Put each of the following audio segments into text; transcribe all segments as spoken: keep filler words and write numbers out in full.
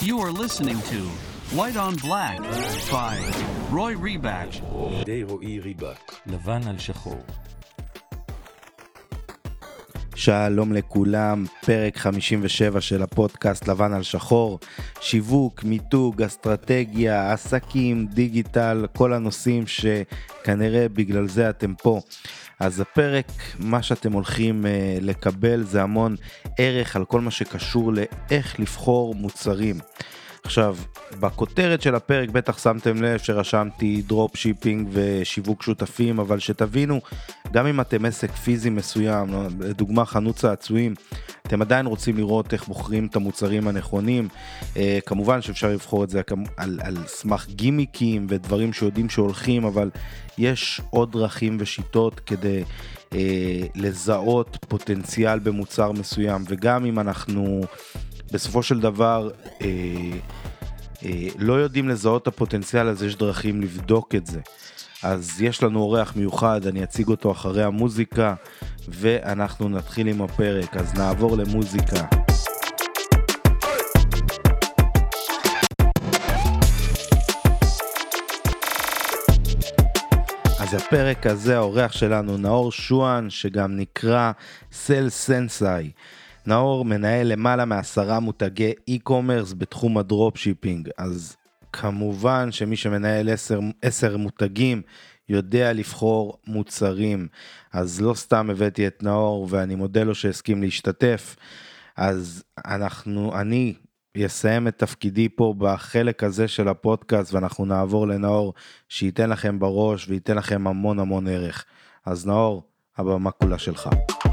You are listening to White on Black by Roy Rebach. די רועי ריבק. לבן על שחור. שלום לכולם, פרק חמישים ושבע של הפודקאסט לבן על שחור, שיווק, מיתוג, אסטרטגיה, עסקים, דיגיטל, כל הנושאים שכנראה בגלל זה אתם פה. אז הפרק, מה שאתם הולכים uh, לקבל זה המון ערך על כל מה שקשור לאיך לבחור מוצרים. עכשיו, בכותרת של הפרק בטח שמתם לב שרשמתי דרופ שיפינג ושיווק שותפים, אבל שתבינו, גם אם אתם עסק פיזי מסוים, לדוגמה חנות צעצועים, אתם עדיין רוצים לראות איך בוחרים את המוצרים הנכונים. אה, כמובן שאפשר לבחור את זה על, על סמך גימיקים ודברים שיודעים שהולכים, אבל יש עוד דרכים ושיטות כדי אה, לזהות פוטנציאל במוצר מסוים, וגם אם אנחנו בסופו של דבר אה, אה, לא יודעים לזהות את הפוטנציאל, אז יש דרכים לבדוק את זה. אז יש לנו אורח מיוחד, אני אציג אותו אחרי המוזיקה, ואנחנו נתחיל עם הפרק, אז נעבור למוזיקה. אז הפרק הזה, האורח שלנו נאור שואן, שגם נקרא סל סנסאי. נאור מנהל למעלה מעשרה מותגי אי-קומרס בתחום הדרופ שיפינג, אז כמובן שמי שמנהל עשר, עשר מותגים יודע לבחור מוצרים, אז לא סתם הבאתי את נאור ואני מודה לו שהסכים להשתתף. אז אנחנו, אני אסיים את תפקידי פה בחלק הזה של הפודקאסט, ואנחנו נעבור לנאור שייתן לכם בראש וייתן לכם המון המון ערך. אז נאור, הבמה כולה שלך.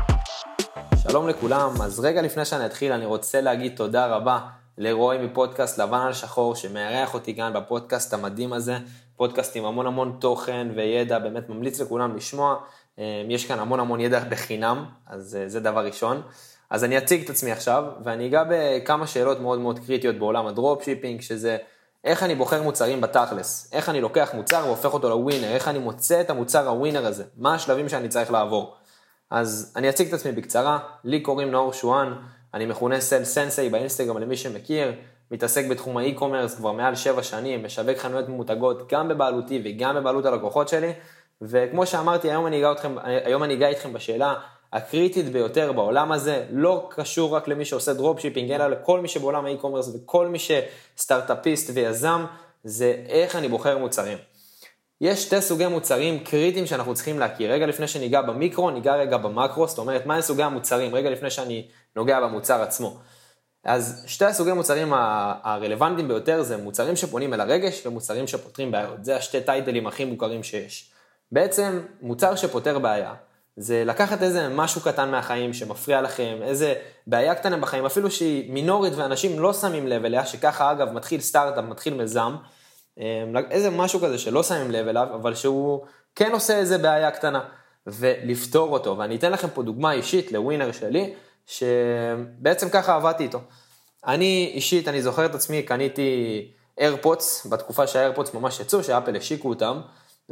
שלום לכולם, אז רגע לפני שאני אתחיל אני רוצה להגיד תודה רבה לרועי מפודקאסט לבן על שחור שמארח אותי כאן בפודקאסט המדהים הזה, פודקאסט עם המון המון תוכן וידע, באמת ממליץ לכולם לשמוע, יש כאן המון המון ידע בחינם, אז זה דבר ראשון. אז אני אציג את עצמי עכשיו ואני אגע בכמה שאלות מאוד מאוד קריטיות בעולם הדרופ שיפינג, שזה איך אני בוחר מוצרים בתכלס, איך אני לוקח מוצר והופך אותו לווינר, איך אני מוצא את המוצר הווינר הזה, מה השלבים שאני צריך לעבור. אז אני אציג את עצמי בקצרה, לי קוראים נאור שואן, אני מכונה סל סנסאי באינסטגרם למי שמכיר, מתעסק בתחום האי-קומרס כבר מעל שבע שנים, משווק חנויות ממותגות גם בבעלותי וגם בבעלות הלקוחות שלי, וכמו שאמרתי, היום אני אגע אתכם, היום אני אגע איתכם בשאלה הקריטית ביותר בעולם הזה, לא קשור רק למי שעושה דרופ שיפינג, אלא לכל מי שבעולם האי-קומרס וכל מי שסטארט-אפיסט ויזם, זה איך אני בוחר מוצרים. יש שתי סוגי מוצרים קריטיים שאנחנו צריכים להכיר. רגע לפני שניגע במיקרו, ניגע רגע במקרו, זאת אומרת, מה הם סוגי המוצרים? רגע לפני שאני נוגע במוצר עצמו. אז שתי הסוגי מוצרים הרלוונטיים ביותר זה מוצרים שפונים אל הרגש ומוצרים שפותרים בעיות. זה השתי טייטלים הכי מוכרים שיש. בעצם מוצר שפותר בעיה, זה לקחת איזה משהו קטן מהחיים שמפריע לכם, איזה בעיה קטנה בחיים, אפילו שהיא מינורית ואנשים לא שמים לב אליה, שככה אגב מתחיל סטארט-אפ, מתחיל מזם, איזה משהו כזה שלא שמים לב אליו, אבל שהוא כן עושה איזה בעיה קטנה, ולפתור אותו. ואני אתן לכם פה דוגמה אישית לווינר שלי, שבעצם ככה עבדתי איתו. אני אישית, אני זוכר את עצמי, קניתי איירפודס, בתקופה שהאיירפודס ממש יצאו, שאפל השיקו אותם,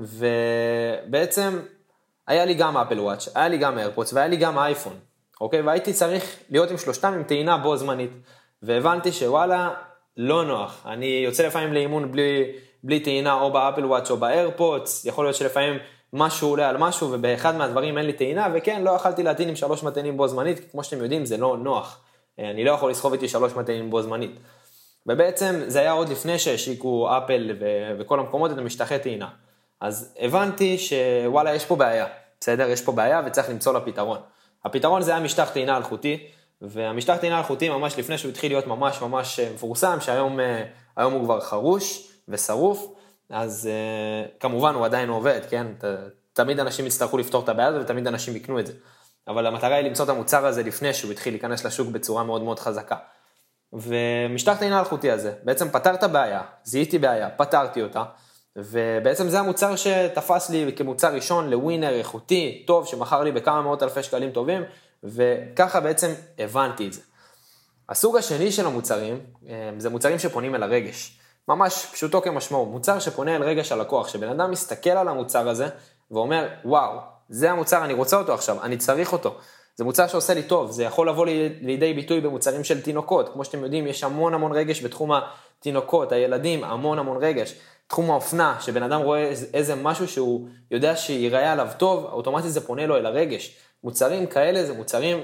ובעצם היה לי גם אפל וואץ', היה לי גם איירפודס, והיה לי גם אייפון, אוקיי? והייתי צריך להיות עם שלושתם עם טעינה בו זמנית, והבנתי שוואלה, לא נוח. אני יוצא לפעמים לאימון בלי, בלי טעינה, או באפל וואץ' או באיירפודס, יכול להיות שלפעמים משהו עולה על משהו, ובאחד מהדברים אין לי טעינה, וכן, לא יכלתי להטעין עם שלוש מטענים בו זמנית, כי כמו שאתם יודעים, זה לא נוח. אני לא יכול לסחוב איתי שלוש מטענים בו זמנית. ובעצם זה היה עוד לפני שהשיקו אפל ו- וכל המקומות את המשטחי טעינה. אז הבנתי שוואלה, יש פה בעיה, בסדר? יש פה בעיה וצריך למצוא לה פתרון. הפתרון זה היה משטח טעינה אלחוטי, והמשטח טעינה אלחוטי ממש לפני שהוא התחיל להיות ממש ממש מפורסם, שהיום היום הוא כבר חרוש ושרוף, אז כמובן הוא עדיין עובד, כן? תמיד אנשים יצטרכו לפתור את הבעיה הזו ותמיד אנשים יקנו את זה. אבל המטרה היא למצוא את המוצר הזה לפני שהוא התחיל להיכנס לשוק בצורה מאוד מאוד חזקה. ומשטח טעינה אלחוטי הזה, בעצם פתר את הבעיה, זיהיתי בעיה, פתרתי אותה, ובעצם זה המוצר שתפס לי כמוצר ראשון לווינר איכותי, טוב, שמכר לי בכמה מאות אלפי שקלים טובים, וככה בעצם הבנתי את זה. הסוג השני של המוצרים, זה מוצרים שפונים אל הרגש. ממש פשוטו כמשמעו, מוצר שפונה אל רגש הלקוח, שבן אדם מסתכל על המוצר הזה, ואומר, וואו, זה המוצר, אני רוצה אותו עכשיו, אני צריך אותו. זה מוצר שעושה לי טוב, זה יכול לבוא לידי ביטוי במוצרים של תינוקות, כמו שאתם יודעים, יש המון המון רגש בתחום התינוקות, הילדים, המון המון רגש, תחום האופנה, שבן אדם רואה איזה משהו שהוא יודע שיראה עליו טוב, אוטומטית זה פונה לו אל הרגש. מוצרים כאלה זה מוצרים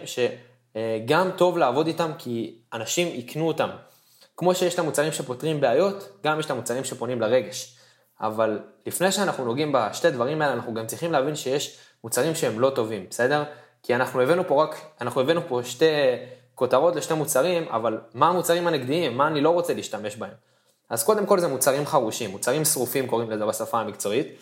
שגם טוב לעבוד איתם, כי אנשים יקנו אותם. כמו שיש את המוצרים שפותרים בעיות, גם יש את המוצרים שפונים לרגש. אבל לפני שאנחנו נוגעים בשתי דברים האלה, אנחנו גם צריכים להבין שיש מוצרים שהם לא טובים, בסדר? כי אנחנו הבאנו פה רק, אנחנו הבאנו פה שתי כותרות לשתי מוצרים, אבל מה המוצרים הנגדיים? מה אני לא רוצה להשתמש בהם? אז קודם כל זה מוצרים חרושים, מוצרים שרופים קוראים לזה בשפה המקצועית.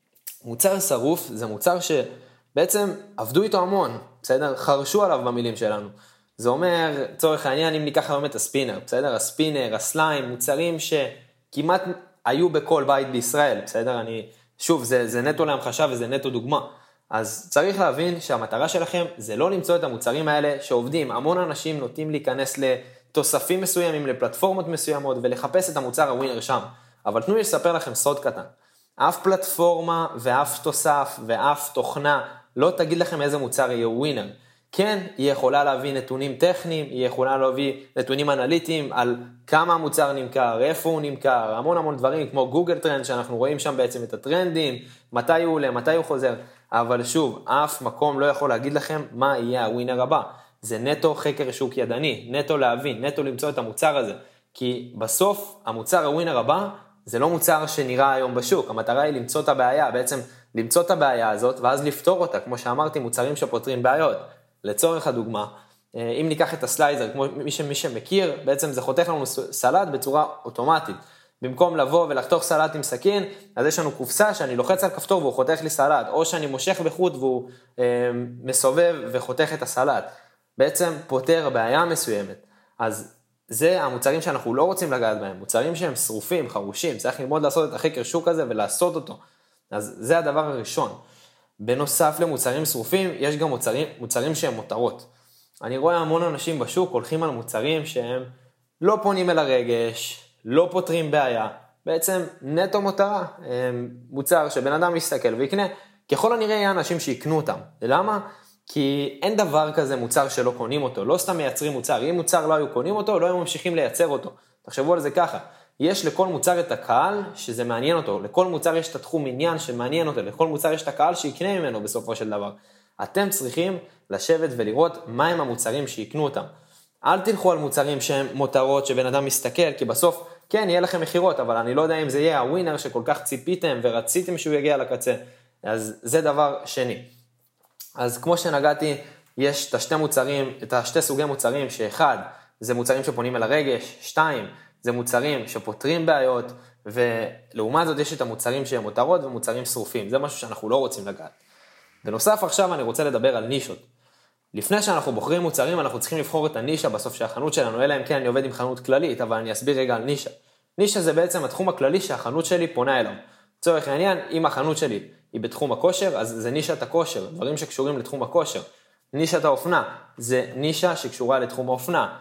מוצר שרוף זה מוצר שבעצם עבדו איתו המון, בסדר? חרשו עליו במילים שלנו. זה אומר, צורך העניין, אם ניקח היום את הספינר, בסדר? הספינר, הסליים, מוצרים שכמעט היו בכל בית בישראל, בסדר? אני, שוב, זה, זה נטו להמחשה וזה נטו דוגמה. אז צריך להבין שהמטרה שלכם זה לא למצוא את המוצרים האלה שעובדים. המון אנשים נוטים להיכנס לתוספים מסוימים, לפלטפורמות מסוימות, ולחפש את המוצר הווינר שם. אבל תנו לי לספר לכם סוד קטן. אף פלטפורמה ואף תוסף ואף תוכנה לא תגיד לכם איזה מוצר יהיה ווינר. כן, היא יכולה להביא נתונים טכניים, היא יכולה להביא נתונים אנליטיים על כמה המוצר נמכר, איפה הוא נמכר, המון המון דברים כמו גוגל טרנד, שאנחנו רואים שם בעצם את הטרנדים, מתי הוא עולה, מתי הוא חוזר. אבל שוב, אף מקום לא יכול להגיד לכם מה יהיה הווינר הבא. זה נטו חקר שוק ידני, נטו להבין, נטו למצוא את המוצר הזה. כי בסוף המוצר הווינר הבא זה לא מוצר שנראה היום בשוק. המטרה היא למצוא את הבעיה, בעצם למצוא את הבעיה הזאת ואז לפתור אותה. כמו שאמרתי, מוצרים שפותרים בעיות. לצורך הדוגמה, אם ניקח את הסלייזר, כמו מי שמי שמכיר, בעצם זה חותך לנו סלט בצורה אוטומטית. במקום לבוא ולחתוך סלט עם סכין, אז יש לנו קופסה שאני לוחץ על כפתור והוא חותך לי סלט, או שאני מושך בחוט והוא אה, מסובב וחותך את הסלט. בעצם פותר בעיה מסוימת. אז זה המוצרים שאנחנו לא רוצים לגעת בהם, מוצרים שהם שרופים, חרושים, צריך ללמוד לעשות את החקר שוק הזה ולעשות אותו. אז זה הדבר הראשון. בנוסף למוצרים שרופים, יש גם מוצרים, מוצרים שהם מותרות. אני רואה המון אנשים בשוק הולכים על מוצרים שהם לא פונים אל הרגש, לא פותרים בעיה, בעצם נטו מותרה, מוצר שבן אדם יסתכל ויקנה, ככל הנראה יהיה אנשים שיקנו אותם. למה? כי אין דבר כזה מוצר שלא קונים אותו, לא סתם מייצרים מוצר, אם מוצר לא היו קונים אותו, לא היו ממשיכים לייצר אותו. תחשבו על זה ככה, יש לכל מוצר את הקהל שזה מעניין אותו, לכל מוצר יש את התחום עניין שמעניין אותו, לכל מוצר יש את הקהל שיקנה ממנו בסופו של דבר. אתם צריכים לשבת ולראות מהם המוצרים שיקנו אותם. אל תלכו על מוצרים שהם מותרות שבן אדם מסתכל, כי בסוף כן יהיה לכם מחירות, אבל אני לא יודע אם זה יהיה הווינר שכל כך ציפיתם ורציתם שהוא יגיע לקצה. אז זה דבר שני. אז כמו שנגעתי, יש את השתי מוצרים, את השתי סוגי מוצרים, שאחד זה מוצרים שפונים אל הרגש, שתיים זה מוצרים שפותרים בעיות, ולעומת זאת יש את המוצרים שהם מותרות ומוצרים שרופים. זה משהו שאנחנו לא רוצים לגעת. בנוסף עכשיו אני רוצה לדבר על נישות. לפני שאנחנו בוחרים מוצרים, אנחנו צריכים לבחור את הנישה בסוף שהחנות שלנו, אלא אם כן אני עובד עם חנות כללית, אבל אני אסביר רגע על נישה. נישה זה בעצם התחום הכללי שהחנות שלי פונה אליו. לצורך העניין, אם החנות שלי היא בתחום הכושר, אז זה נישת הכושר, דברים שקשורים לתחום הכושר. נישת האופנה, זה נישה שקשורה לתחום האופנה.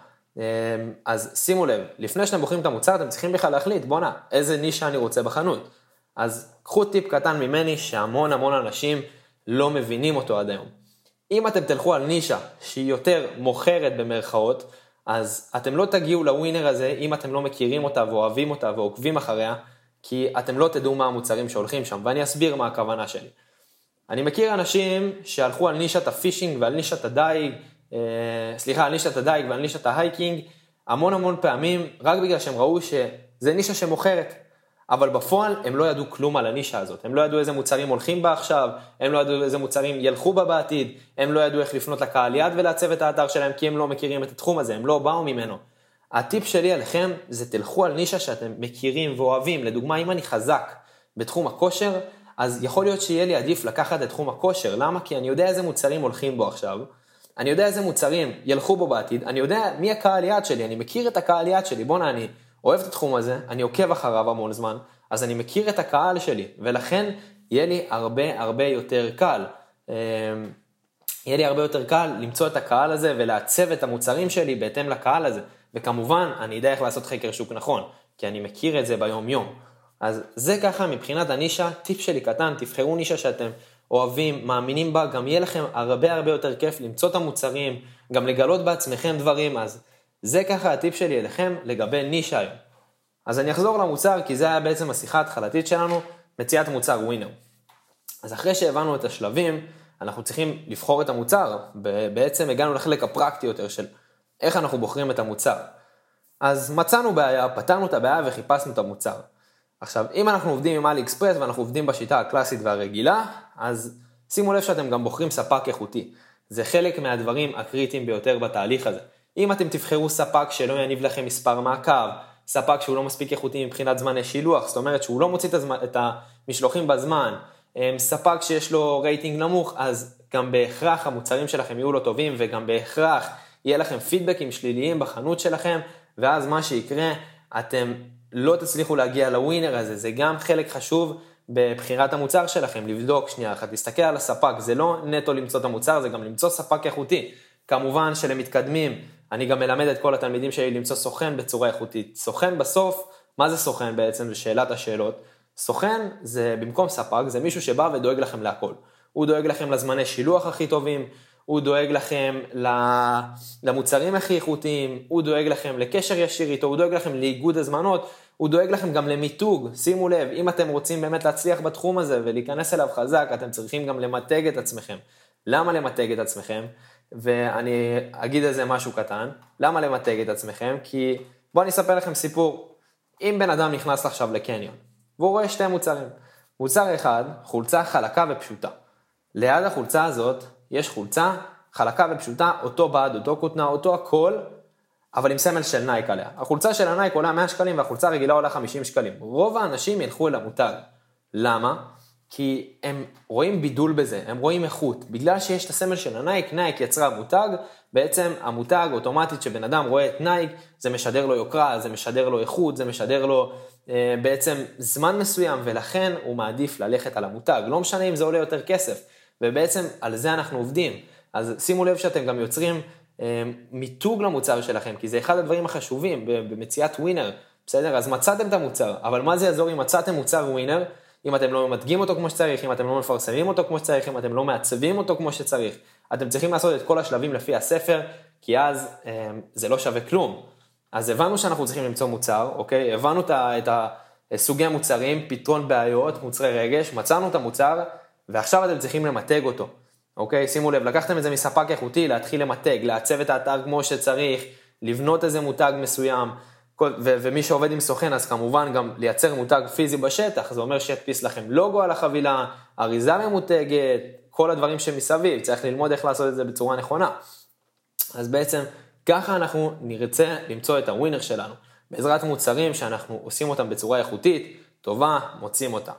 אז שימו לב, לפני שאתם בוחרים את המוצר, אתם צריכים בכלל להחליט, בוא נע, איזה נישה אני רוצה בחנות. אז קחו טיפ קטן ממני, שהמון המון אנשים לא מבינים אותו עד היום. אם אתם תלכו על נישה שהיא יותר מוכרת במרכאות, אז אתם לא תגיעו לווינר הזה אם אתם לא מכירים אותה ואוהבים אותה ועוקבים אחריה, כי אתם לא תדעו מה המוצרים שהולכים שם, ואני אסביר מה הכוונה שלי. אני מכיר אנשים שהלכו על נישת הפישינג ועל נישת הדייג, אה, סליחה, על נישת הדייג ועל נישת ההייקינג, המון המון פעמים, רק בגלל שהם ראו שזה נישה שמוכרת. אבל בפועל הם לא ידעו כלום על הנישה הזאת, הם לא ידעו איזה מוצרים הולכים בה עכשיו, הם לא ידעו איזה מוצרים ילכו בה בעתיד, הם לא ידעו איך לפנות לקהל יד ולעצב את האתר שלהם, כי הם לא מכירים את התחום הזה, הם לא באו ממנו. הטיפ שלי עליכם זה תלכו על נישה שאתם מכירים ואוהבים. לדוגמה, אם אני חזק בתחום הכושר, אז יכול להיות שיהיה לי עדיף לקחת את תחום הכושר. למה? כי אני יודע איזה מוצרים הולכים בו עכשיו, אני יודע איזה מוצרים ילכו בו בעתיד, אני יודע מי הקהל יד שלי, אני מכיר את הקהל יד שלי, בוא נעני. אוהב את התחום הזה, אני עוקב אחריו המון זמן, אז אני מכיר את הקהל שלי, ולכן יהיה לי הרבה הרבה יותר קל, יהיה לי הרבה יותר קל למצוא את הקהל הזה, ולעצב את המוצרים שלי בהתאם לקהל הזה, וכמובן אני יודע איך לעשות חקר שוק נכון, כי אני מכיר את זה ביום יום. אז זה ככה מבחינת הנישה, טיפ שלי קטן, תבחרו נישה שאתם אוהבים, מאמינים בה, גם יהיה לכם הרבה הרבה יותר כיף למצוא את המוצרים, גם לגלות בעצמכם דברים, אז זה ככה הטיפ שלי אליכם לגבי נישה היום. אז אני אחזור למוצר, כי זה היה בעצם השיחה ההתחלתית שלנו, מציאת מוצר ווינר. אז אחרי שהבנו את השלבים, אנחנו צריכים לבחור את המוצר, בעצם הגענו לחלק הפרקטי יותר של איך אנחנו בוחרים את המוצר. אז מצאנו בעיה, פתרנו את הבעיה וחיפשנו את המוצר. עכשיו, אם אנחנו עובדים עם אלי אקספרס ואנחנו עובדים בשיטה הקלאסית והרגילה, אז שימו לב שאתם גם בוחרים ספק איכותי. זה חלק מהדברים הקריטיים ביותר בתהליך הזה. אם אתם תבחרו ספק שלא יניב לכם מספר מעקב, ספק שהוא לא מספיק איכותי מבחינת זמני שילוח, זאת אומרת שהוא לא מוציא את, הזמן, את המשלוחים בזמן, ספק שיש לו רייטינג נמוך, אז גם בהכרח המוצרים שלכם יהיו לא טובים, וגם בהכרח יהיה לכם פידבקים שליליים בחנות שלכם, ואז מה שיקרה, אתם לא תצליחו להגיע לווינר הזה. זה גם חלק חשוב בבחירת המוצר שלכם, לבדוק שנייה אחת, תסתכל על הספק, זה לא נטו למצוא את המוצר, זה גם למצוא ספק איכותי. כמובן שלמתקדמים, אני גם מלמד את כל התלמידים שלי למצוא סוכן בצורה איכותית. סוכן בסוף, מה זה סוכן בעצם? זה שאלת השאלות. סוכן זה במקום ספק, זה מישהו שבא ודואג לכם להכל. הוא דואג לכם לזמני שילוח הכי טובים, הוא דואג לכם למוצרים הכי איכותיים, הוא דואג לכם לקשר ישיר איתו, הוא דואג לכם לאיגוד הזמנות, הוא דואג לכם גם למיתוג. שימו לב, אם אתם רוצים באמת להצליח בתחום הזה ולהיכנס אליו חזק, אתם צריכים גם למתג את עצמכם. למה למתג את עצמכם? ואני אגיד איזה משהו קטן. למה למתג את עצמכם? כי בואו אני אספר לכם סיפור. אם בן אדם נכנס עכשיו לקניון, והוא רואה שתי מוצרים. מוצר אחד, חולצה חלקה ופשוטה. ליד החולצה הזאת, יש חולצה חלקה ופשוטה, אותו בד, אותו כותנה, אותו הכל, אבל עם סמל של נייק עליה. החולצה של הנייק עולה מאה שקלים, והחולצה הרגילה עולה חמישים שקלים. רוב האנשים ילכו אל המותג. למה? כי הם רואים בידול בזה, הם רואים איכות. בגלל שיש את הסמל של הנייק, נייק יצרה מותג, בעצם המותג אוטומטית שבן אדם רואה את נייק, זה משדר לו יוקרה, זה משדר לו איכות, זה משדר לו אה, בעצם זמן מסוים, ולכן הוא מעדיף ללכת על המותג. לא משנה אם זה עולה יותר כסף, ובעצם על זה אנחנו עובדים. אז שימו לב שאתם גם יוצרים אה, מיתוג למוצר שלכם, כי זה אחד הדברים החשובים במציאת ווינר, בסדר? אז מצאתם את המוצר, אבל מה זה יעזור אם מצאתם מוצר ווינר, אם אתם לא מדגים אותו כמו שצריך, אם אתם לא מפרסמים אותו כמו שצריך, אם אתם לא מעצבים אותו כמו שצריך, אתם צריכים לעשות את כל השלבים לפי הספר, כי אז אה, זה לא שווה כלום. אז הבנו שאנחנו צריכים למצוא מוצר, אוקיי? הבנו את הסוגי המוצרים, פתרון בעיות, מוצרי רגש, מצאנו את המוצר, ועכשיו אתם צריכים למתג אותו, אוקיי? שימו לב, לקחתם את זה מספק איכותי, להתחיל למתג, לעצב את האתר כמו שצריך, לבנות איזה מותג מסוים, ו- ומי שעובד עם סוכן, אז כמובן גם לייצר מותג פיזי בשטח, זה אומר שידפיס לכם לוגו על החבילה, אריזה ממותגת, כל הדברים שמסביב, צריך ללמוד איך לעשות את זה בצורה נכונה. אז בעצם ככה אנחנו נרצה למצוא את הווינר שלנו, בעזרת מוצרים שאנחנו עושים אותם בצורה איכותית, טובה, מוצאים אותה.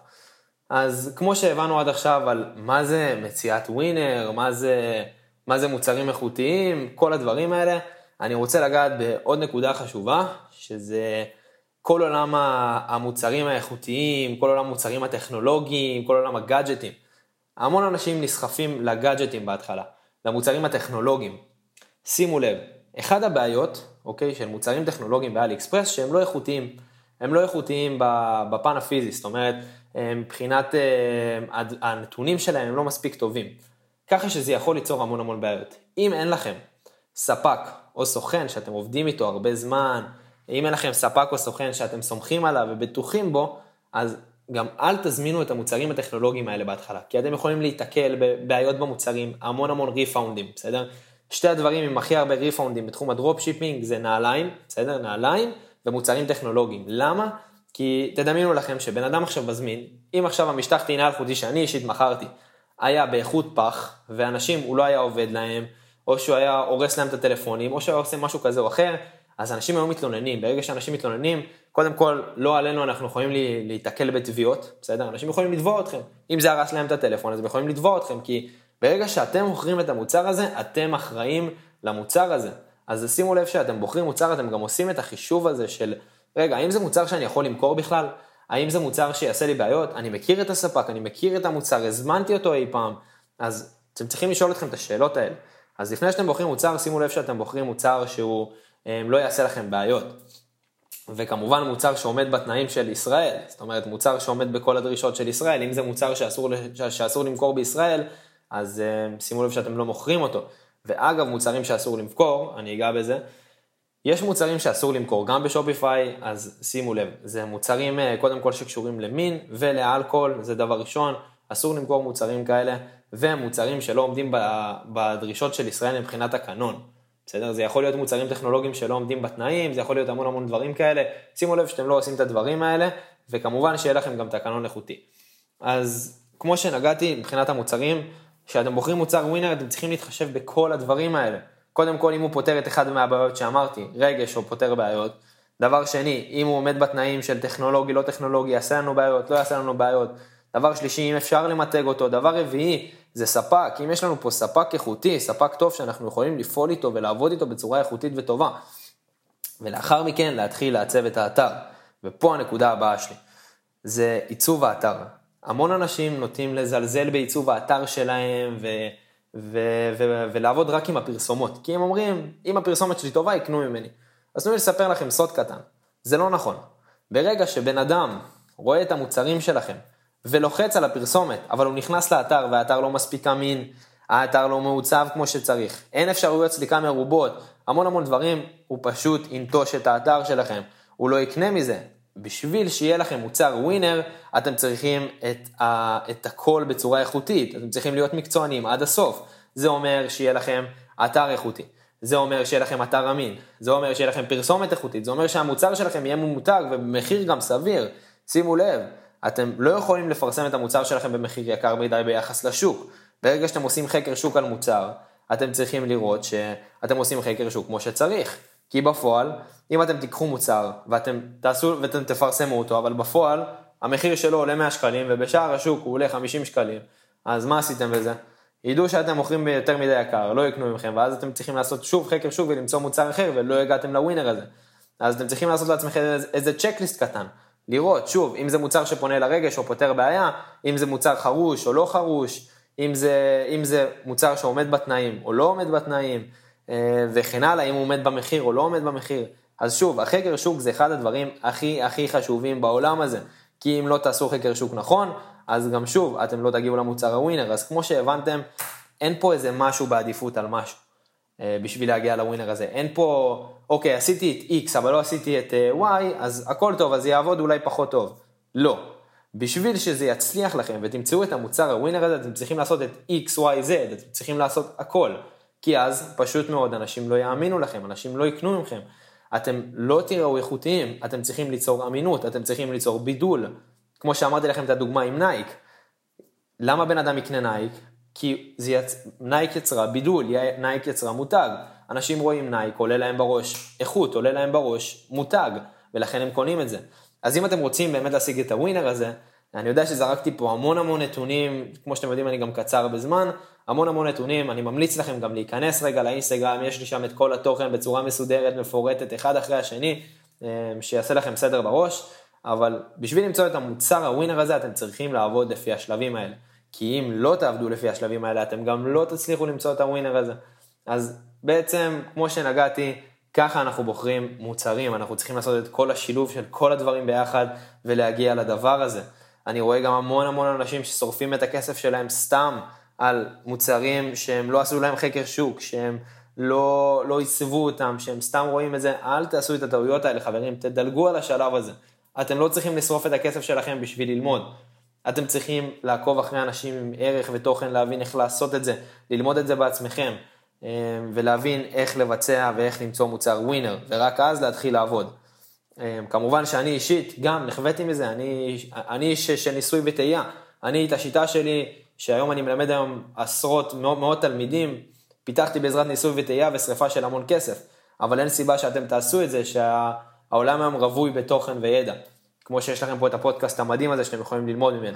אז כמו שהבנו עד עכשיו על מה זה מציאת ווינר, מה זה, מה זה מוצרים איכותיים, כל הדברים האלה, אני רוצה לגעת בעוד נקודה חשובה, שזה כל עולם המוצרים האיכותיים, כל עולם המוצרים הטכנולוגיים, כל עולם הגאדג'טים. המון אנשים נסחפים לגאדג'טים בהתחלה, למוצרים הטכנולוגיים. שימו לב, אחד הבעיות, אוקיי, של מוצרים טכנולוגיים באלי אקספרס, שהם לא איכותיים. הם לא איכותיים בפן הפיזי, זאת אומרת, מבחינת הנתונים שלהם הם לא מספיק טובים. ככה שזה יכול ליצור המון המון בעיות. אם אין לכם ספק או סוכן שאתם עובדים איתו הרבה זמן, אם אין לכם ספק או סוכן שאתם סומכים עליו ובטוחים בו, אז גם אל תזמינו את המוצרים הטכנולוגיים האלה בהתחלה, כי אתם יכולים להתקל בבעיות במוצרים, המון המון ריפאונדים, בסדר? שתי הדברים עם הכי הרבה ריפאונדים בתחום הדרופ שיפינג זה נעליים, בסדר? נעליים ומוצרים טכנולוגיים. למה? כי תדמיינו לכם שבן אדם עכשיו מזמין, אם עכשיו המשטח טעינה אלחוטי שאני אישית מכרתי, היה באיכות פח, ואנשים הוא לא היה עובד להם, או שהוא היה הורס להם את הטלפונים, או שהוא היה עושה משהו כזה או אחר, אז אנשים היו מתלוננים. ברגע שאנשים מתלוננים, קודם כל, לא עלינו אנחנו יכולים להתקל בתביעות, בסדר? אנשים יכולים לתבוע אתכם. אם זה הרס להם את הטלפון, אז הם יכולים לתבוע אתכם, כי ברגע שאתם מוכרים את המוצר הזה, אתם אחראים למוצר הזה. אז שימו לב שאתם בוחרים מוצר, אתם גם עושים את החישוב הזה של, רגע, האם זה מוצר שאני יכול למכור בכלל? האם זה מוצר שיעשה לי בעיות? אני מכיר את הספק, אני מכיר את המוצר, הזמנתי אותו אי פעם. אז אתם צריכים לשאול אתכם את השאלות האלה. אז לפני שאתם בוחרים מוצר, שימו לב שאתם בוחרים מוצר שהוא לא יעשה לכם בעיות. וכמובן מוצר שעומד בתנאים של ישראל, זאת אומרת מוצר שעומד בכל הדרישות של ישראל, אם זה מוצר שאסור, שאסור למכור בישראל, אז uh, שימו לב שאתם לא מוכרים אותו. ואגב, מוצרים שאסור למכור, אני אגע בזה, יש מוצרים שאסור למכור, גם בשופיפיי, אז שימו לב, זה מוצרים uh, קודם כל שקשורים למין ולאלכוהול, זה דבר ראשון, אסור למכור מוצרים כאלה, ומוצרים שלא עומדים בדרישות של ישראל מבחינת הקנון. בסדר? זה יכול להיות מוצרים טכנולוגיים שלא עומדים בתנאים, זה יכול להיות המון המון דברים כאלה, שימו לב שאתם לא עושים את הדברים האלה, וכמובן שיהיה לכם גם תקנון איכותי. אז כמו שנגעתי מבחינת המוצרים, כשאתם בוחרים מוצר ווינר, אתם צריכים להתחשב בכל הדברים האלה. קודם כל, אם הוא פותר את אחד מהבעיות שאמרתי, רגש או פותר בעיות. דבר שני, אם הוא עומד בתנאים של טכנולוגי, לא טכנולוגי, יעשה לנו בעיות, לא יעשה לנו בעיות. דבר שלישי, אם אפשר למתג אותו. דבר רביעי, זה ספק. אם יש לנו פה ספק איכותי, ספק טוב שאנחנו יכולים לפעול איתו ולעבוד איתו בצורה איכותית וטובה. ולאחר מכן, להתחיל לעצב את האתר. ופה הנקודה הבאה שלי. זה עיצוב האתר. המון אנשים נוטים לזלזל בעיצוב האתר שלהם ו... ו- ו- ולעבוד רק עם הפרסומות, כי הם אומרים, אם הפרסומת שלי טובה, יקנו ממני. אז תנו לי לספר לכם סוד קטן, זה לא נכון. ברגע שבן אדם רואה את המוצרים שלכם, ולוחץ על הפרסומת, אבל הוא נכנס לאתר, והאתר לא מספיק אמין, האתר לא מעוצב כמו שצריך, אין אפשרויות סליקה מרובות, המון המון דברים, הוא פשוט ינטוש את האתר שלכם, הוא לא יקנה מזה. בשביל שיהיה לכם מוצר ווינר, אתם צריכים את, ה, את הכל בצורה איכותית, אתם צריכים להיות מקצוענים עד הסוף. זה אומר שיהיה לכם אתר איכותי, זה אומר שיהיה לכם אתר אמין, זה אומר שיהיה לכם פרסומת איכותית, זה אומר שהמוצר שלכם יהיה ממותג ובמחיר גם סביר. שימו לב, אתם לא יכולים לפרסם את המוצר שלכם במחיר יקר מדי ביחס לשוק. ברגע שאתם עושים חקר שוק על מוצר, אתם צריכים לראות שאתם עושים חקר שוק כמו שצריך. כי בפועל, אם אתם תיקחו מוצר, ואתם תעשו ואתם תפרסמו אותו, אבל בפועל, המחיר שלו עולה מאה שקלים, ובשאר השוק הוא עולה חמישים שקלים, אז מה עשיתם בזה? ידעו שאתם מוכרים ביותר מדי יקר, לא יקנו ממכם, ואז אתם צריכים לעשות שוב חקר שוק, ולמצוא מוצר אחר, ולא הגעתם לווינר הזה. אז אתם צריכים לעשות לעצמכם איזה צ'קליסט קטן, לראות, שוב, אם זה מוצר שפונה לרגש, או פותר בעיה, אם זה מוצר חרוש, או לא חרוש, אם זה, אם זה מוצר שעומד בתנאים, או לא עומד בתנאים, וכן הלאה, אם הוא עומד במחיר או לא עומד במחיר. אז שוב, החקר שוק זה אחד הדברים הכי הכי חשובים בעולם הזה, כי אם לא תעשו חקר שוק נכון, אז גם שוב, אתם לא תגיעו למוצר הווינר. אז כמו שהבנתם, אין פה איזה משהו בעדיפות על משהו, בשביל להגיע לווינר הזה. אין פה, אוקיי, עשיתי את X, אבל לא עשיתי את Y, אז הכל טוב, אז יעבוד אולי פחות טוב. לא. בשביל שזה יצליח לכם ותמצאו את המוצר הווינר הזה, אתם צריכים לעשות את X, Y, Z, אתם צריכים לעשות הכל. כי אז פשוט מאוד אנשים לא יאמינו לכם, אנשים לא יקנו ממכם. אתם לא תראו איכותיים, אתם צריכים ליצור אמינות, אתם צריכים ליצור בידול. כמו שאמרתי לכם את הדוגמה עם נייק. למה בן אדם יקנה נייק? כי זה יצ... נייק יצרה בידול, נייק יצרה מותג. אנשים רואים נייק, עולה להם בראש איכות, עולה להם בראש מותג, ולכן הם קונים את זה. אז אם אתם רוצים באמת להשיג את הווינר הזה, אני יודע שזרקתי פה המון המון נתונים, כמו שאתם יודעים אני גם קצר בזמן, המון המון נתונים, אני ממליץ לכם גם להיכנס רגע לאינסטגרם, יש לי שם את כל התוכן בצורה מסודרת, מפורטת, אחד אחרי השני, שיעשה לכם סדר בראש, אבל בשביל למצוא את המוצר הווינר הזה, אתם צריכים לעבוד לפי השלבים האלה, כי אם לא תעבדו לפי השלבים האלה, אתם גם לא תצליחו למצוא את הווינר הזה. אז בעצם, כמו שנגעתי, ככה אנחנו בוחרים מוצרים, אנחנו צריכים לעשות את כל השילוב של כל הדברים ביחד, ולהגיע לדבר הזה. אני רואה גם המון המון אנשים ששורפים את הכסף שלהם סתם, על מוצרים שהם לא עשו להם חקר שוק, שהם לא, לא יסבו אותם, שהם סתם רואים את זה, אל תעשו את הטעויות האלה, חברים, תדלגו על השלב הזה. אתם לא צריכים לשרוף את הכסף שלכם בשביל ללמוד. אתם צריכים לעקוב אחרי אנשים עם ערך ותוכן, להבין איך לעשות את זה, ללמוד את זה בעצמכם, ולהבין איך לבצע ואיך למצוא מוצר ווינר, ורק אז להתחיל לעבוד. כמובן שאני אישית גם נחוויתי מזה, אני, אני איש של ניסוי וטעייה, אני את השיטה שלי, שהיום אני מלמד היום עשרות, מאות, מאות תלמידים, פיתחתי בעזרת ניסוי וטעייה ושריפה של המון כסף, אבל אין סיבה שאתם תעשו את זה, שהעולם היום רווי בתוכן וידע, כמו שיש לכם פה את הפודקאסט המדהים הזה, שאתם יכולים ללמוד ממנו.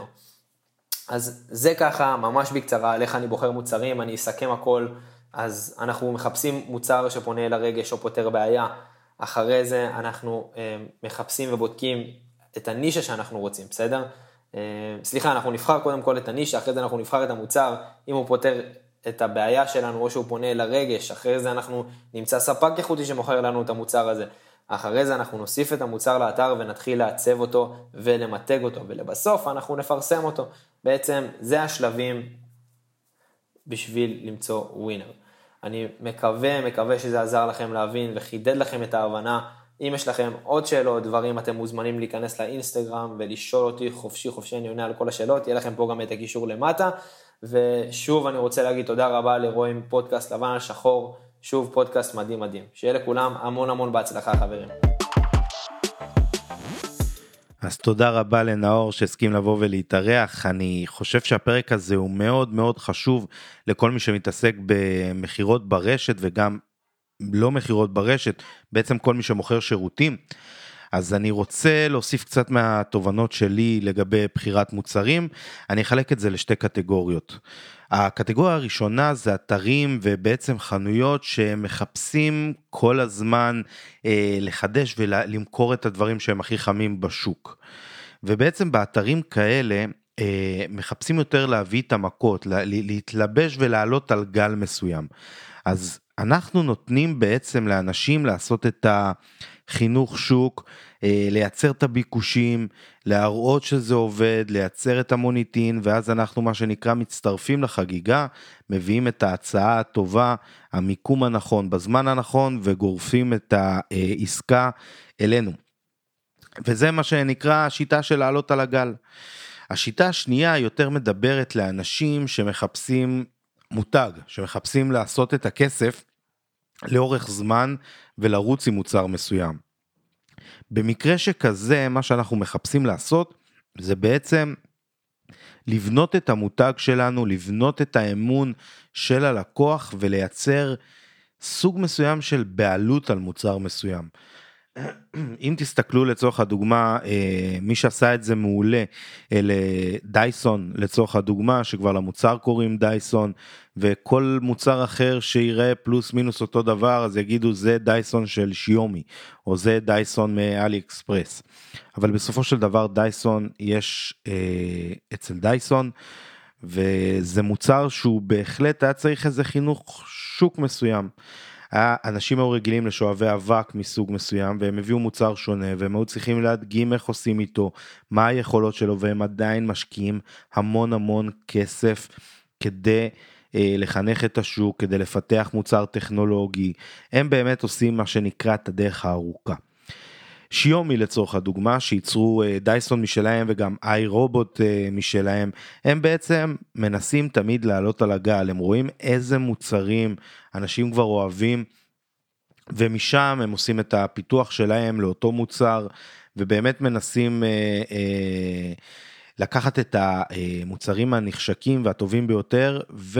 אז זה ככה, ממש בקצרה, על איך אני בוחר מוצרים, אני אסכם הכל, אז אנחנו מחפשים מוצר שפונה לרגש או פותר בעיה, אחרי זה אנחנו אה, מחפשים ובודקים את הנישה שאנחנו רוצים, בסדר? אה, סליחה, אנחנו נבחר קודם כל את הנישה, אחרי זה אנחנו נבחר את המוצר, אם הוא פותר את הבעיה שלנו או שהוא פונה לרגש, אחרי זה אנחנו נמצא ספק איכותי שמוכר לנו את המוצר הזה, אחרי זה אנחנו נוסיף את המוצר לאתר ונתחיל לעצב אותו ולמתג אותו, ולבסוף אנחנו נפרסם אותו. בעצם זה השלבים בשביל למצוא ווינר. אני מקווה, מקווה שזה עזר לכם להבין וחידד לכם את ההבנה. אם יש לכם עוד שאלות, דברים, אתם מוזמנים להיכנס לאינסטגרם ולשאול אותי חופשי חופשי, אני עונה על כל השאלות, יהיה לכם פה גם את הקישור למטה. ושוב אני רוצה להגיד תודה רבה לרועי מפודקאסט לבן על שחור, שוב פודקאסט מדהים מדהים. שיהיה לכולם המון המון בהצלחה חברים. אז תודה רבה לנאור שהסכים לבוא ולהתארח. אני חושב שהפרק הזה הוא מאוד מאוד חשוב לכל מי שמתעסק במחירות ברשת וגם לא מחירות ברשת, בעצם כל מי שמוכר שירותים. אז אני רוצה להוסיף קצת מהתובנות שלי לגבי בחירת מוצרים. אני אחלק את זה לשתי קטגוריות. הקטגוריה הראשונה זה אתרים ובעצם חנויות שמחפשים כל הזמן אה, לחדש ולמכור את הדברים שהם הכי חמים בשוק. ובעצם באתרים כאלה אה, מחפשים יותר להביא את המכות, לה, להתלבש ולעלות על גל מסוים. אז אנחנו נותנים בעצם לאנשים לעשות את החינוך שוק, לייצר את הביקושים, להראות שזה עובד, לייצר את המוניטין, ואז אנחנו מה שנקרא מצטרפים לחגיגה, מביאים את ההצעה הטובה, המיקום הנכון, בזמן הנכון, וגורפים את העסקה אלינו. וזה מה שנקרא השיטה של לעלות על הגל. השיטה השנייה יותר מדברת לאנשים שמחפשים מותג, שמחפשים לעשות את הכסף לאורך זמן ולרוץ עם מוצר מסוים. במקרה שכזה, מה שאנחנו מחפשים לעשות, זה בעצם לבנות את המותג שלנו, לבנות את האמון של הלקוח, ולייצר סוג מסוים של בעלות על מוצר מסוים. אם תסתכלו לצורך הדוגמה, מי שעשה את זה מעולה, אלה דייסון לצורך הדוגמה, שכבר למוצר קוראים דייסון, וכל מוצר אחר שיראה פלוס מינוס אותו דבר, אז יגידו זה דייסון של שיומי, או זה דייסון מאלי אקספרס. אבל בסופו של דבר דייסון יש אה, אצל דייסון, וזה מוצר שהוא בהחלט היה צריך איזה חינוך שוק מסוים. האנשים היו רגילים לשואבי אבק מסוג מסוים, והם הביאו מוצר שונה, והם היו צריכים להדגים איך עושים איתו, מה היכולות שלו, והם עדיין משקיעים המון המון כסף, כדי אה, לחנך את השוק, כדי לפתח מוצר טכנולוגי. הם באמת עושים מה שנקרא את הדרך הארוכה. שיומי לצורך הדוגמה, שייצרו דייסון משלהם וגם איי רובוט משלהם, הם בעצם מנסים תמיד לעלות על הגל, הם רואים איזה מוצרים אנשים כבר אוהבים, ומשם הם עושים את הפיתוח שלהם לאותו מוצר, ובאמת מנסים אה, אה, לקחת את המוצרים הנחשקים והטובים ביותר,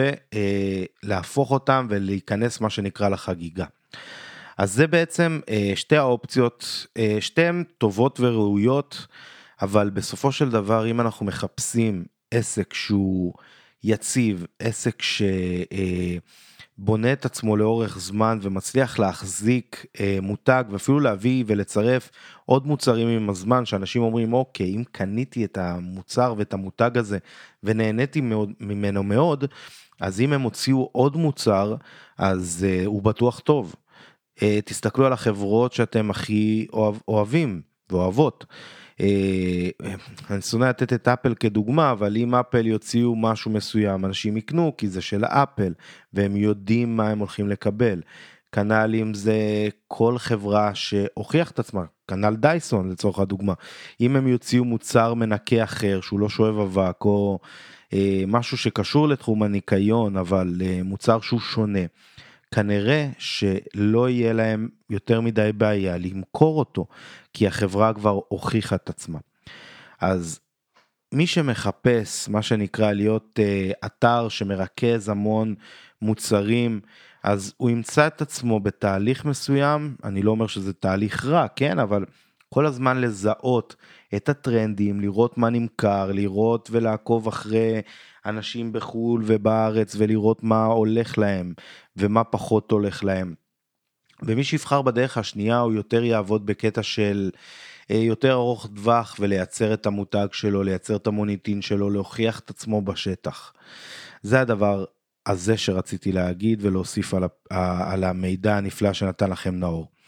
ולהפוך אותם ולהיכנס מה שנקרא לחגיגה. אז זה בעצם שתי האופציות, שתיהן טובות וראויות, אבל בסופו של דבר אם אנחנו מחפשים עסק שהוא יציב, עסק שבונה את עצמו לאורך זמן ומצליח להחזיק מותג ואפילו להביא ולצרף עוד מוצרים עם הזמן, שאנשים אומרים אוקיי, אם קניתי את המוצר ואת המותג הזה ונהניתי ממנו מאוד, אז אם הם הוציאו עוד מוצר, אז הוא בטוח טוב. תסתכלו על החברות שאתם הכי אוהב, אוהבים ואוהבות. אני שונא לתת את אפל כדוגמה, אבל אם אפל יוציאו משהו מסוים, אנשים יקנו, כי זה של אפל, והם יודעים מה הם הולכים לקבל. כנ"ל אם זה כל חברה שהוכיח את עצמה, כנ"ל דייסון לצורך הדוגמה. אם הם יוציאו מוצר מנקה אחר, שהוא לא שואב אבק, או משהו שקשור לתחום הניקיון, אבל מוצר שהוא שונה, כנראה שלא יהיה להם יותר מדי בעיה למכור אותו, כי החברה כבר הוכיחה את עצמה. אז מי שמחפש מה שנקרא להיות אתר שמרכז המון מוצרים, אז הוא ימצא את עצמו בתהליך מסוים, אני לא אומר שזה תהליך רע, כן, אבל כל הזמן לזהות את הטרנדים, לראות מה נמכר, לראות ולעקוב אחרי אנשים בחול ובארץ, ולראות מה הולך להם, ומה פחות הולך להם. ומי שיבחר בדרך השנייה, הוא יותר יעבוד בקטע של יותר ארוך טווח, ולייצר את המותג שלו, לייצר את המוניטין שלו, להוכיח את עצמו בשטח. זה הדבר הזה שרציתי להגיד, ולהוסיף על, על המידע הנפלא שנתן לכם נאור.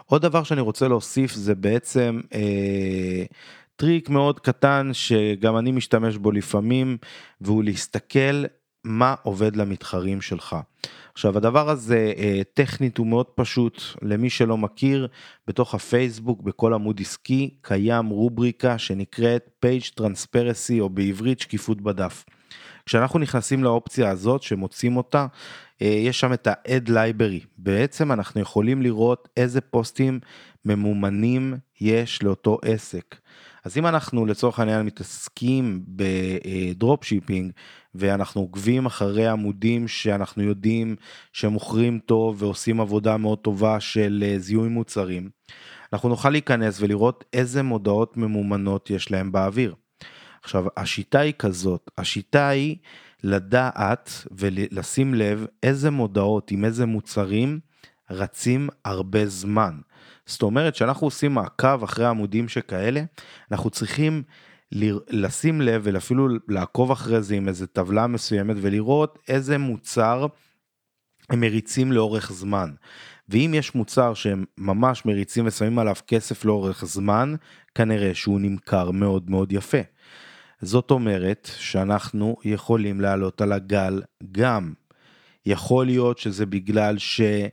עוד דבר שאני רוצה להוסיף זה בעצם אה, טריק מאוד קטן שגם אני משתמש בו לפעמים, והוא להסתכל מה עובד למתחרים שלך. עכשיו הדבר הזה אה, טכנית הוא מאוד פשוט, למי שלא מכיר, בתוך הפייסבוק בכל עמוד עסקי קיים רובריקה שנקראת Page Transparency או בעברית שקיפות בדף. כשאנחנו נכנסים לאופציה הזאת שמוצאים אותה, יש שם את ה-Add Library, בעצם אנחנו יכולים לראות איזה פוסטים ממומנים יש לאותו עסק. אז אם אנחנו לצורך העניין מתעסקים בדרופשיפינג, ואנחנו עוקבים אחרי עמודים שאנחנו יודעים שמוכרים טוב ועושים עבודה מאוד טובה של זיהוי מוצרים, אנחנו נוכל להיכנס ולראות איזה מודעות ממומנות יש להם באוויר. עכשיו השיטה היא כזאת, השיטה היא לדעת ולשים לב איזה מודעות עם איזה מוצרים רצים הרבה זמן. זאת אומרת שאנחנו עושים מעקב אחרי עמודים שכאלה, אנחנו צריכים לשים לב ואפילו לעקוב אחרי זה עם איזה טבלה מסוימת ולראות איזה מוצר הם מריצים לאורך זמן. ואם יש מוצר שהם ממש מריצים ושמים עליו כסף לאורך זמן, כנראה שהוא נמכר מאוד מאוד יפה. זאת אומרת שאנחנו יכולים לעלות על הגל גם. יכול להיות שזה בגלל שהם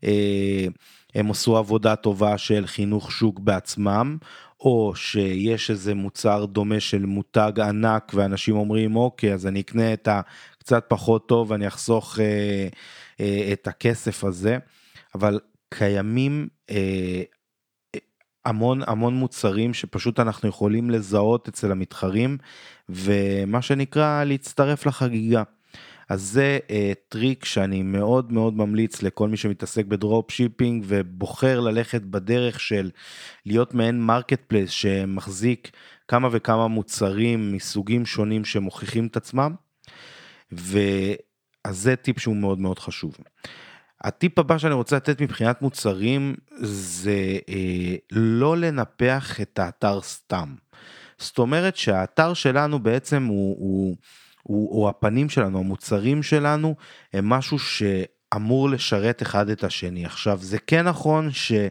עשו עבודה טובה של חינוך שוק בעצמם, או שיש איזה מוצר דומה של מותג ענק, ואנשים אומרים אוקיי, אז אני אקנה את הקצת פחות טוב, ואני אחסוך אה, אה, את הכסף הזה, אבל קיימים אה, המון המון מוצרים שפשוט אנחנו יכולים לזהות אצל המתחרים, ומה שנקרא להצטרף לחגיגה. אז זה אה, טריק שאני מאוד מאוד ממליץ לכל מי שמתעסק בדרופ שיפינג, ובוחר ללכת בדרך של להיות מעין מרקט פלייס, שמחזיק כמה וכמה מוצרים מסוגים שונים שמוכיחים את עצמם, ואז זה טיפ שהוא מאוד מאוד חשוב. הטיפ הבא שאני רוצה לתת מבחינת מוצרים, זה אה, לא לנפח את האתר סתם. זאת אומרת שהאתר שלנו בעצם הוא, הוא, הוא, הוא הפנים שלנו, המוצרים שלנו, הם משהו שאמור לשרת אחד את השני. עכשיו זה כן נכון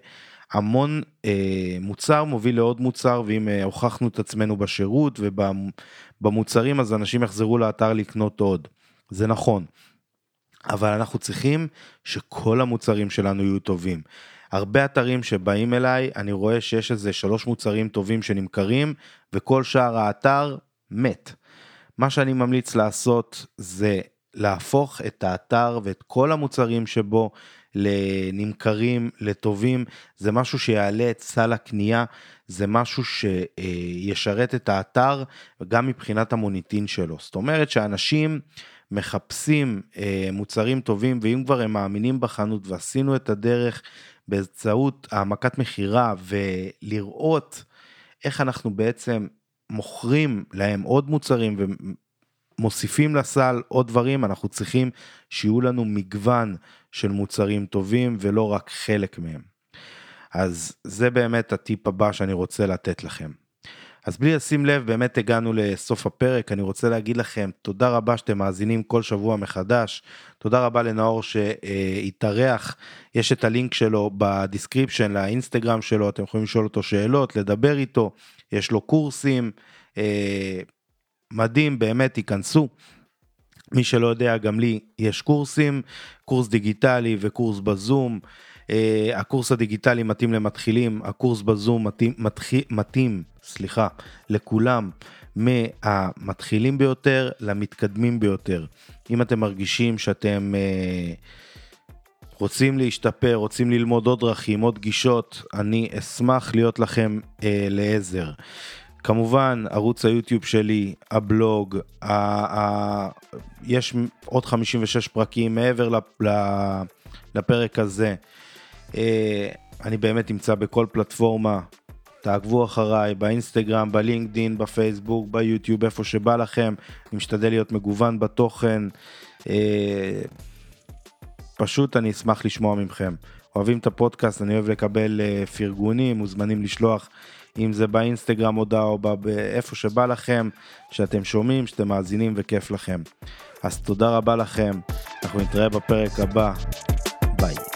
שהמון אה, מוצר מוביל לעוד מוצר, ואם אה, הוכחנו את עצמנו בשירות ובמוצרים, אז אנשים יחזרו לאתר לקנות עוד. זה נכון. אבל אנחנו צריכים שכל המוצרים שלנו יהיו טובים. הרבה אתרים שבאים אליי, אני רואה שיש איזה שלוש מוצרים טובים שנמכרים, וכל שאר האתר מת. מה שאני ממליץ לעשות זה להפוך את האתר ואת כל המוצרים שבו לנמכרים, לטובים, זה משהו שיעלה את סל הקנייה, זה משהו שישרת את האתר, וגם מבחינת המוניטין שלו. זאת אומרת שאנשים מחפשים אה, מוצרים טובים, ואם כבר הם מאמינים בחנות, ועשינו את הדרך באמצעות העמקת מחירה, ולראות איך אנחנו בעצם מוכרים להם עוד מוצרים, ומוסיפים לסל עוד דברים, אנחנו צריכים שיהיו לנו מגוון של מוצרים טובים, ולא רק חלק מהם. אז זה באמת הטיפ הבא שאני רוצה לתת לכם. אז בלי לשים לב, באמת הגענו לסוף הפרק, אני רוצה להגיד לכם תודה רבה שאתם מאזינים כל שבוע מחדש, תודה רבה לנאור שהתארח, יש את הלינק שלו בדיסקריפשן לאינסטגרם שלו, אתם יכולים לשאול אותו שאלות, לדבר איתו, יש לו קורסים, אה, מדהים, באמת תיכנסו, מי שלא יודע גם לי יש קורסים, קורס דיגיטלי וקורס בזום, Uh, הקורס הדיגיטלי מתאים למתחילים, הקורס בזום מתאים, מתחיל, מתאים סליחה, לכולם, מהמתחילים ביותר למתקדמים ביותר. אם אתם מרגישים שאתם uh, רוצים להשתפר, רוצים ללמוד עוד דרכים, עוד גישות, אני אשמח להיות לכם uh, לעזר. כמובן, ערוץ היוטיוב שלי, הבלוג, ה- ה- יש עוד חמישים ושש פרקים מעבר לפרק הזה. אני באמת נמצא בכל פלטפורמה, תעקבו אחריי באינסטגרם, בלינקדין, בפייסבוק, ביוטיוב, איפה שבא לכם, אני משתדל להיות מגוון בתוכן, פשוט אני אשמח לשמוע ממכם. אוהבים את הפודקאסט, אני אוהב לקבל פרגונים, מוזמנים לשלוח, אם זה באינסטגרם הודעה או באיפה שבא לכם, שאתם שומעים, שאתם מאזינים וכיף לכם. אז תודה רבה לכם, אנחנו נתראה בפרק הבא, ביי.